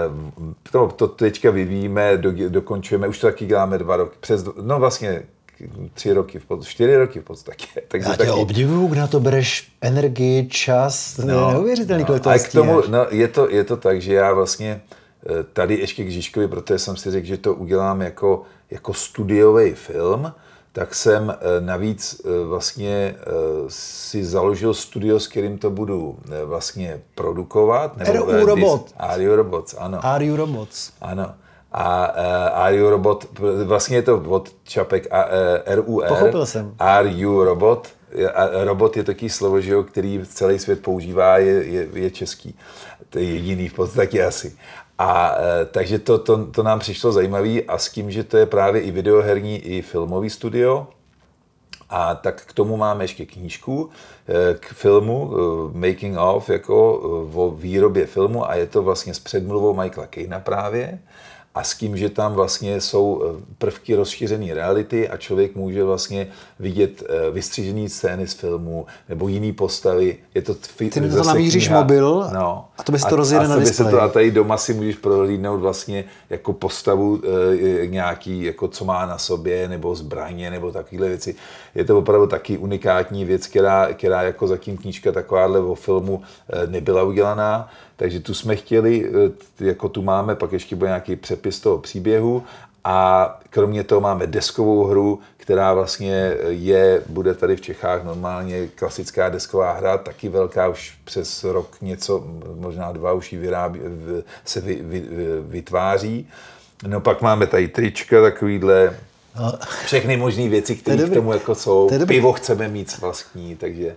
To, to teďka vyvíjíme, do, dokončujeme, už to taky děláme dva roky, přes, no vlastně tři roky, v pod, čtyři roky v podstatě. Takže já tě taky... obdivuju, kde na to bereš energii, čas, to no, je neuvěřitelný, no, to a k tomu, no, je, to, je to tak, že já vlastně tady ještě k Žižkovi, protože jsem si řekl, že to udělám jako, jako studiový film, tak jsem navíc vlastně si založil studio, s kterým to budu vlastně produkovat. R U Robot. R U Robots, ano. R U Robots. Ano. A uh, R U Robot, vlastně je to od čapek uh, R U R. Pochopil jsem. R U Robot. A robot je takové slovo, že jo, který celý svět používá, je, je, je český. To je jediný v podstatě asi. A e, takže to, to, to nám přišlo zajímavé a s tím, že to je právě i videoherní, i filmový studio. A tak k tomu máme ještě knížku e, k filmu, e, Making of, jako e, o výrobě filmu a je to vlastně s předmluvou Michaela Caina právě. A s tím, že tam vlastně jsou prvky rozšířené reality a člověk může vlastně vidět vystřížené scény z filmu nebo jiný postavy. Je to fi- Ty to namíříš mobil no. a to bys to rozjede na displeji. A tady doma si můžeš prohlídnout vlastně jako postavu e, nějaký, jako co má na sobě, nebo zbraně, nebo takovéhle věci. Je to opravdu taky unikátní věc, která, která jako zatím knížka takováhle o filmu nebyla udělaná. Takže tu jsme chtěli, jako tu máme, pak ještě bude nějaký přepis toho příběhu a kromě toho máme deskovou hru, která vlastně je, bude tady v Čechách normálně klasická desková hra, taky velká, už přes rok něco, možná dva už ji vyrábí, se vy, vy, vytváří. No pak máme tady trička, takovýhle, no. Všechny možné věci, které k tomu jako jsou. Pivo chceme mít vlastní, takže...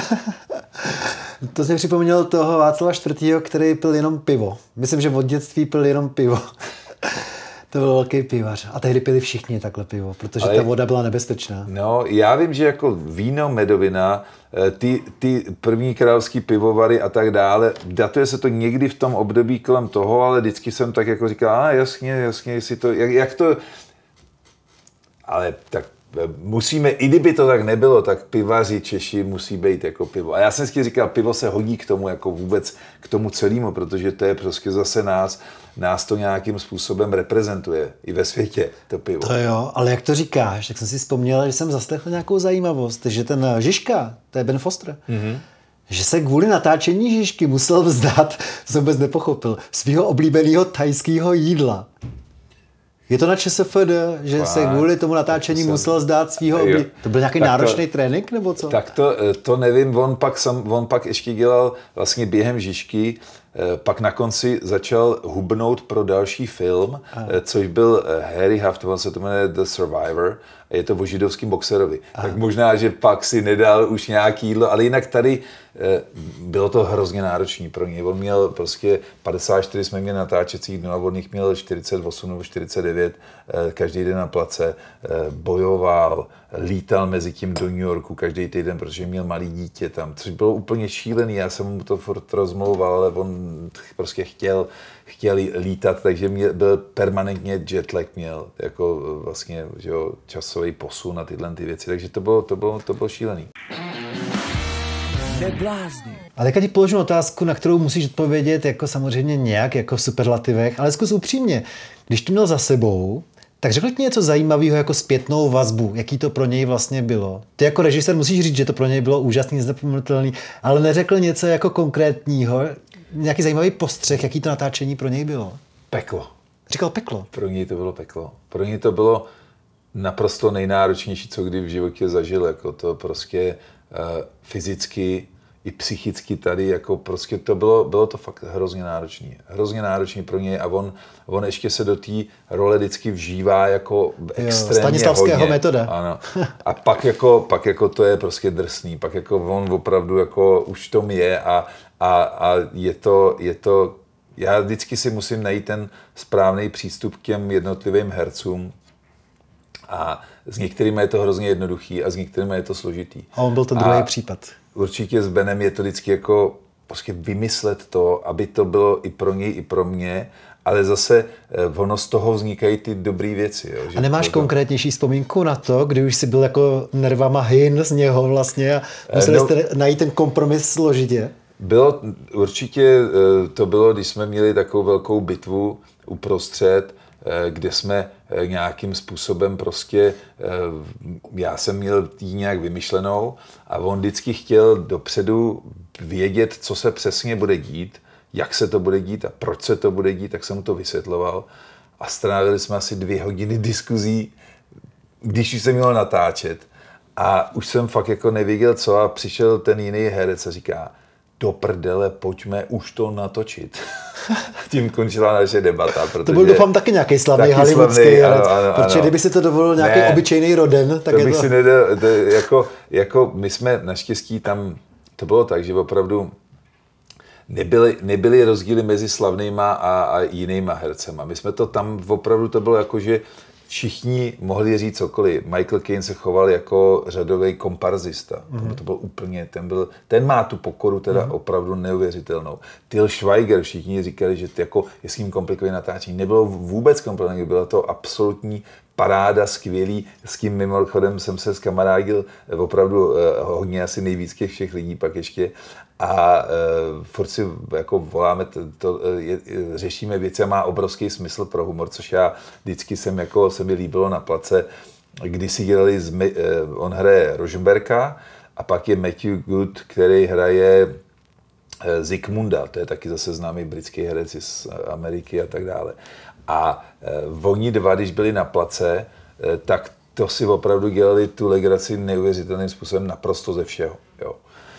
To si připomněl toho Václava čtvrtého, který pil jenom pivo. Myslím, že od dětství pil jenom pivo. To byl velký pivař. A tehdy pili všichni takhle pivo, protože ale ta voda byla nebezpečná. No, já vím, že jako víno, medovina, ty, ty první královský pivovary a tak dále, datuje se to někdy v tom období kolem toho, ale vždycky jsem tak jako říkal, a jasně, jasně, jestli to, jak, jak to... Ale tak musíme, i kdyby to tak nebylo, tak pivaři Češi musí být jako pivo. A já jsem si říkal, pivo se hodí k tomu, jako vůbec k tomu celému, protože to je prostě zase nás, nás to nějakým způsobem reprezentuje i ve světě, to pivo. To jo, ale jak to říkáš, tak jsem si vzpomněl, že jsem zaslechl nějakou zajímavost, že ten Žižka, to je Ben Foster, mm-hmm. že se kvůli natáčení Žižky musel vzdát, to jsem vůbec nepochopil, svého oblíbeného thajského jídla. Je to na ČSFD, že Fakt, se kvůli tomu natáčení jsem... musel zdát svýho oblí... To byl nějaký náročný to, trénink, nebo co? Tak to, to nevím, on pak, sam, on pak ještě dělal vlastně během Žižky, pak na konci začal hubnout pro další film, Aha. což byl Harry Haft, on se to jmenuje The Survivor, a je to o židovským boxerovi. Aha. Tak možná, že pak si nedal už nějaký jídlo, ale jinak tady bylo to hrozně náročné pro něj. On měl prostě padesát čtyři jsme měli natáčecích dnů a on jich měl čtyřicet osm nebo čtyřicet devět každý den na place, bojoval, lítal mezi tím do New Yorku každý týden, protože měl malý dítě tam, což bylo úplně šílený. Já jsem mu to furt rozmlouval, ale on prostě chtěl, chtěl lítat, takže mě byl permanentně jetlag měl, jako vlastně, že jo, časový posun a tyhle ty věci, takže to bylo, to bylo, to bylo šílený. A teďka ti položím otázku, na kterou musíš odpovědět jako samozřejmě nějak, jako v superlativech, ale zkus upřímně. Když to měl za sebou, tak řekl ti něco zajímavého jako zpětnou vazbu, jaký to pro něj vlastně bylo. Ty jako režisér musíš říct, že to pro něj bylo úžasný, nezapomenutelný, ale neřekl něco jako konkrétního, nějaký zajímavý postřeh, jaký to natáčení pro něj bylo. Peklo. Říkal peklo. Pro něj to bylo peklo. Pro něj to bylo naprosto nejnáročnější, co kdy v životě zažil. Jako to prostě uh, fyzicky i psychicky tady, jako prostě to bylo, bylo to fakt hrozně náročné. Hrozně náročné pro něj a on, on ještě se do té role vždycky vžívá jako extrémně Stanislavského hodně. metoda. Ano. A pak jako, pak jako to je prostě drsný. Pak jako on opravdu jako už tom je a, a, a je to, je to, já vždycky si musím najít ten správný přístup k těm jednotlivým hercům. A s některými je to hrozně jednoduchý a s některými je to složitý. A on byl to druhý a případ. Určitě s Benem je to vždycky jako prostě vymyslet to, aby to bylo i pro něj, i pro mě, ale zase ono z toho vznikají ty dobré věci. Jo, že a nemáš to, konkrétnější vzpomínku na to, kdy už jsi byl jako nervama hyn z něho vlastně a museli no, jste najít ten kompromis složitě? Bylo určitě, to bylo, když jsme měli takovou velkou bitvu uprostřed, kde jsme nějakým způsobem prostě, já jsem měl jí nějak vymyšlenou a on vždycky chtěl dopředu vědět, co se přesně bude dít, jak se to bude dít a proč se to bude dít, tak jsem mu to vysvětloval a strávili jsme asi dvě hodiny diskuzí když už jsem měl natáčet a už jsem fakt jako nevěděl co a přišel ten jiný herec a říká, do prdele, pojďme už to natočit. Tím končila naše debata. Protože to byl doufám taky nějaký slavný taky hollywoodský herec, protože kdyby si to dovolil nějaký ne, obyčejný Roden, tak to je bych to... si nedal, to, jako, jako my jsme naštěstí tam, to bylo tak, že opravdu nebyly, nebyly rozdíly mezi slavnýma a, a jinýma hercema. My jsme to tam, opravdu to bylo jako, že všichni mohli říct cokoliv. Michael Caine se choval jako řadový komparzista. Mm-hmm. To byl úplně, ten, byl, ten má tu pokoru teda mm-hmm. opravdu neuvěřitelnou. Til Schweiger, všichni říkali, že jako je s ním komplikované natáčení. Nebylo vůbec komplikované, byla to absolutní paráda, skvělý. S tím mimochodem jsem se zkamarádil opravdu eh, hodně, asi nejvíc těch všech lidí pak ještě. A e, furt si jako voláme, to, to, je, řešíme věci a má obrovský smysl pro humor, což já vždycky jsem jako, se mi líbilo na place, když si dělali, z, e, on hraje Rosenberga a pak je Matthew Good, který hraje e, Zikmunda, to je taky zase známý britský herec z Ameriky a tak dále. A e, oni dva, když byli na place, e, tak to si opravdu dělali tu legraci neuvěřitelným způsobem naprosto ze všeho, jo.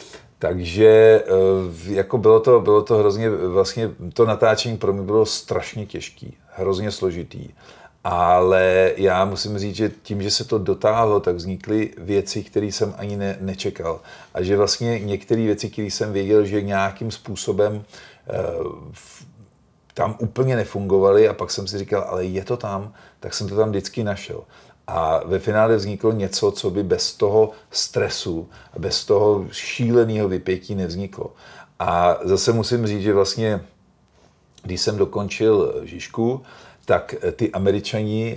Takže jako bylo to, bylo to hrozně, vlastně to natáčení pro mě bylo strašně těžký, hrozně složitý. Ale já musím říct, že tím, že se to dotáhlo, tak vznikly věci, které jsem ani ne, nečekal. A že vlastně některé věci, které jsem věděl, že nějakým způsobem eh, tam úplně nefungovaly a pak jsem si říkal, ale je to tam, tak jsem to tam vždycky našel. A ve finále vzniklo něco, co by bez toho stresu a bez toho šíleného vypětí nevzniklo. A zase musím říct, že vlastně, když jsem dokončil Žižku, tak ty Američani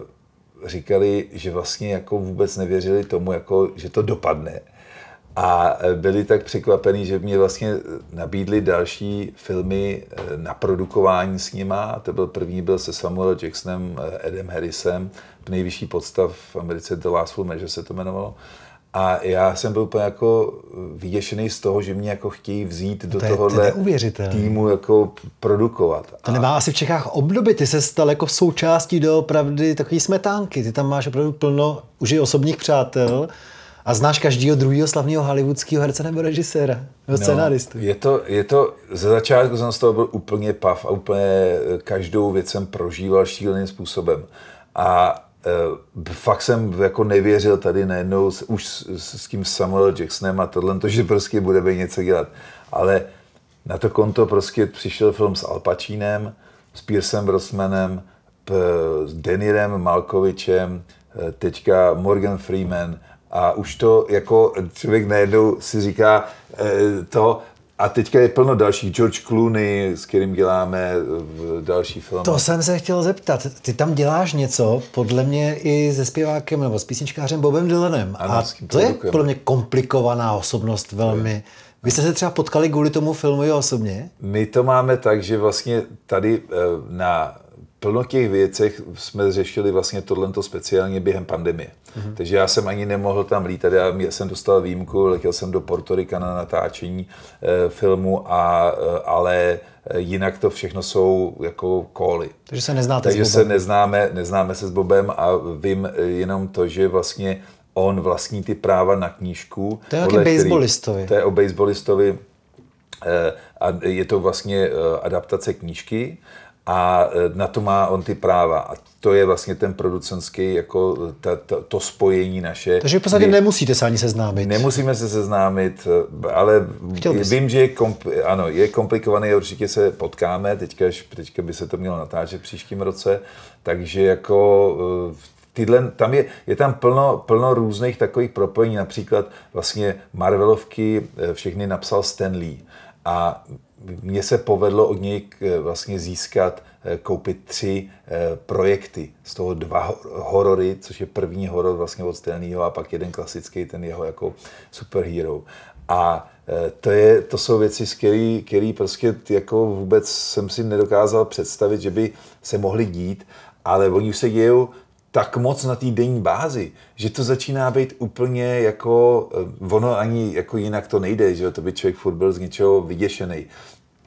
říkali, že vlastně jako vůbec nevěřili tomu, jako, že to dopadne. A byli tak překvapení, že mě vlastně nabídli další filmy na produkování s nima. To byl první byl se Samuel Jacksonem, Edem Harrisem, nejvyšší podstav v Americe, The Last Full Measure se to jmenovalo. A já jsem byl úplně jako vyděšený z toho, že mě jako chtějí vzít do to tohohle týmu jako produkovat. To nemá asi v Čechách obdoby, ty se stal jako součástí doopravdy takový smetánky. Ty tam máš opravdu plno už i osobních přátel. A znáš každýho druhého slavného hollywoodského herce nebo režiséra, nebo scénáristu? No, je to, je to, ze začátku jsem z toho byl úplně pav a úplně každou věc jsem prožíval šíleným způsobem. A e, fakt jsem jako nevěřil tady najednou s, už s, s tím Samuel Jacksonem a tohle, to, že prostě budeme něco dělat. Ale na to konto prostě přišel film s Al Pacinem, s Piercem Brosnanem, p, s Denirem Malkovičem, teďka Morgan Freeman. A už to jako člověk najednou si říká e, to, a teďka je plno dalších, George Clooney, s kterým děláme v další filmy. To jsem se chtěl zeptat, ty tam děláš něco, podle mě i se zpěvákem nebo s písničkářem Bobem Dylanem. Ano, a to je podle mě komplikovaná osobnost velmi. Vy jste se třeba potkali kvůli tomu filmu i osobně? My to máme tak, že vlastně tady na plno těch věcech jsme řešili vlastně tohleto speciálně během pandemie. Mm-hmm. Takže já jsem ani nemohl tam lítat, já jsem dostal výjimku, letěl jsem do Portorika na natáčení e, filmu, a, e, ale jinak to všechno jsou jako cally. Takže se neznáte Takže s Bobem. se neznáme, neznáme se s Bobem a vím jenom to, že vlastně on vlastní ty práva na knížku. To je taky baseballistovi. To je o baseballistovi e, a je to vlastně adaptace knížky. A na to má on ty práva. A to je vlastně ten producentský, jako ta, ta, to spojení naše. Takže v podstatě nemusíte se ani seznámit. Nemusíme se seznámit, ale vím, že je, kompl- ano, je komplikovaný, určitě se potkáme, teďka, teďka by se to mělo natáčet v příštím roce, takže jako tyhle, tam je, je tam plno, plno různých takových propojení, například vlastně Marvelovky všechny napsal Stan Lee. A mně se povedlo od něj vlastně získat, koupit tři projekty, z toho dva horory, což je první horor vlastně od Stanleyho a pak jeden klasický, ten jeho jako superhero. A to, je, to jsou věci, který, který prostě jako vůbec jsem si nedokázal představit, že by se mohly dít, ale oni už se dějou tak moc na té denní bázi, že to začíná být úplně jako, ono ani jako jinak to nejde, že to by člověk furt byl z něčeho vyděšený.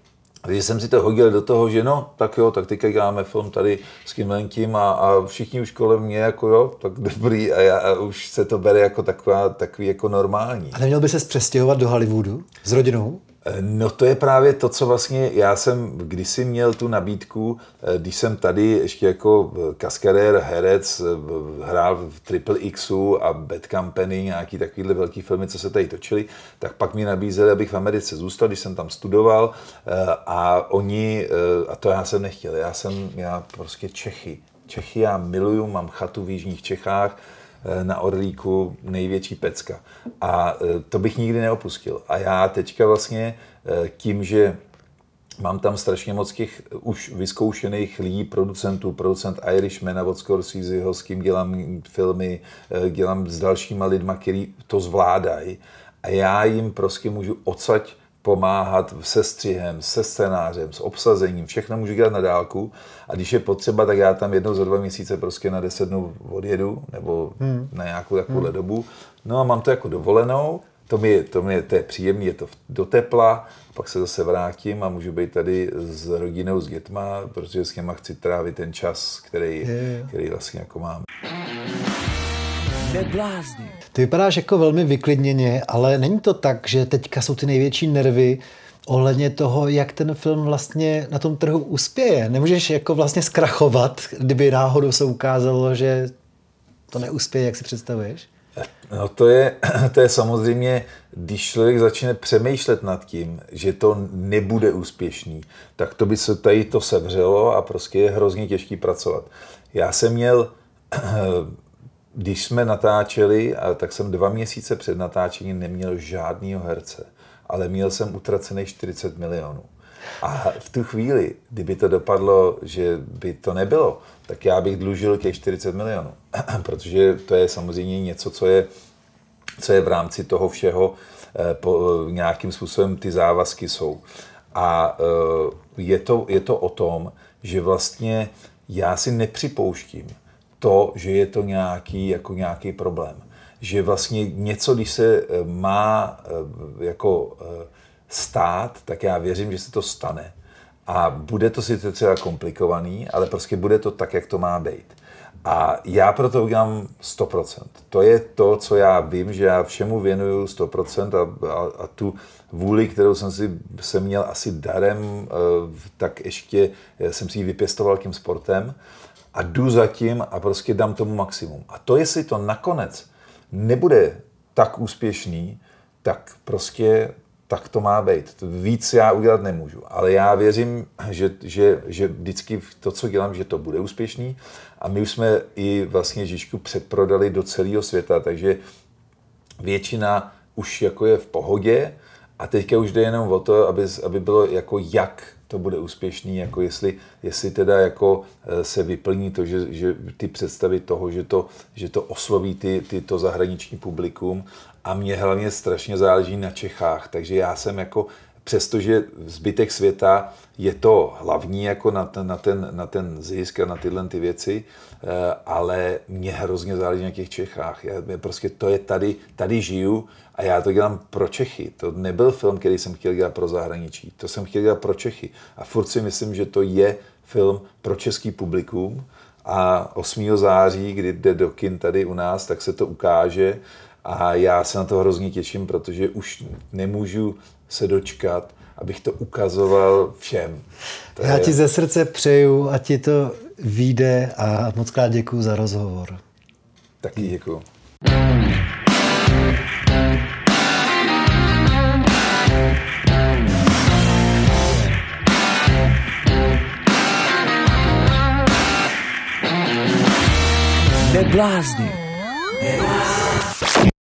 Takže jsem si to hodil do toho, že no, tak jo, tak teďka děláme film tady s tím a, a všichni už kolem mě jako jo, tak dobrý a, já, a už se to bere jako taková, takový jako normální. A neměl by ses přestěhovat do Hollywoodu s rodinou? No to je právě to, co vlastně já jsem kdysi měl tu nabídku, když jsem tady ještě jako kaskadér, herec, hrál v Triple Xu a Bad Company, nějaký takovýhle velký filmy, co se tady točily, tak pak mi nabízeli, abych v Americe zůstal, když jsem tam studoval a oni, a to já jsem nechtěl, já jsem, já prostě Čechy, Čechy já miluju, mám chatu v jižních Čechách, na Orlíku, největší pecka. A to bych nikdy neopustil. A já teďka vlastně tím, že mám tam strašně moc těch už vyzkoušených lidí, producentů, producent Irishmana od Scorseseho, s kým dělám filmy, dělám s dalšíma lidma, kteří to zvládají. A já jim prostě můžu odsaď pomáhat se střihem, se scénářem, s obsazením, všechno můžu dělat na dálku a když je potřeba, tak já tam jednou za dva měsíce prostě na deset dnů odjedu nebo hmm. na nějakou takovouhle hmm. dobu. No a mám to jako dovolenou, to mi, to mi to je příjemné, je to do tepla, pak se zase vrátím a můžu být tady s rodinou, s dětma, protože s něma chci trávit ten čas, který, je. který vlastně jako mám. Ty vypadáš jako velmi vyklidněně, ale není to tak, že teďka jsou ty největší nervy ohledně toho, jak ten film vlastně na tom trhu uspěje. Nemůžeš jako vlastně zkrachovat, kdyby náhodou se ukázalo, že to neuspěje, jak si představuješ? No to je, to je samozřejmě, když člověk začne přemýšlet nad tím, že to nebude úspěšný, tak to by se tady to sevřelo a prostě je hrozně těžký pracovat. Já jsem měl... Když jsme natáčeli, tak jsem dva měsíce před natáčením neměl žádnýho herce, ale měl jsem utracených čtyřicet milionů. A v tu chvíli, kdyby to dopadlo, že by to nebylo, tak já bych dlužil těch čtyřicet milionů. Protože to je samozřejmě něco, co je, co je v rámci toho všeho, po, nějakým způsobem ty závazky jsou. A je to, je to o tom, že vlastně já si nepřipouštím, to, že je to nějaký, jako nějaký problém. Že vlastně něco, když se má jako stát, tak já věřím, že se to stane. A bude to sice třeba komplikovaný, ale prostě bude to tak, jak to má být. A já pro to udělám sto procent. To je to, co já vím, že já všemu věnuju sto procent a, a, a tu vůli, kterou jsem si jsem měl asi darem, tak ještě jsem si ji vypěstoval tím sportem. A jdu za tím a prostě dám tomu maximum. A to, jestli to nakonec nebude tak úspěšný, tak prostě tak to má být. Víc já udělat nemůžu. Ale já věřím, že, že, že vždycky to, co dělám, že to bude úspěšný. A my už jsme i vlastně Žižku předprodali do celého světa, takže většina už jako je v pohodě a teďka už jde jenom o to, aby, aby bylo jako jak to bude úspěšný, jako jestli, jestli teda jako se vyplní to, že, že ty představy toho, že to, že to osloví ty, ty to zahraniční publikum a mě hlavně strašně záleží na Čechách, takže já jsem jako, přestože zbytek světa je to hlavní jako na ten, na ten, na ten zisk a na tyhle ty věci, ale mě hrozně záleží na těch Čechách. Já, prostě to je tady, tady žiju a já to dělám pro Čechy. To nebyl film, který jsem chtěl dělat pro zahraničí. To jsem chtěl dělat pro Čechy. A furt si myslím, že to je film pro český publikum a osmého září, kdy jde do kin tady u nás, tak se to ukáže a já se na to hrozně těším, protože už nemůžu se dočkat, abych to ukazoval všem. To Já je... ti ze srdce přeju, ať ti to vyjde a moc krát děkuju za rozhovor. Taky děkuju. Neblázni.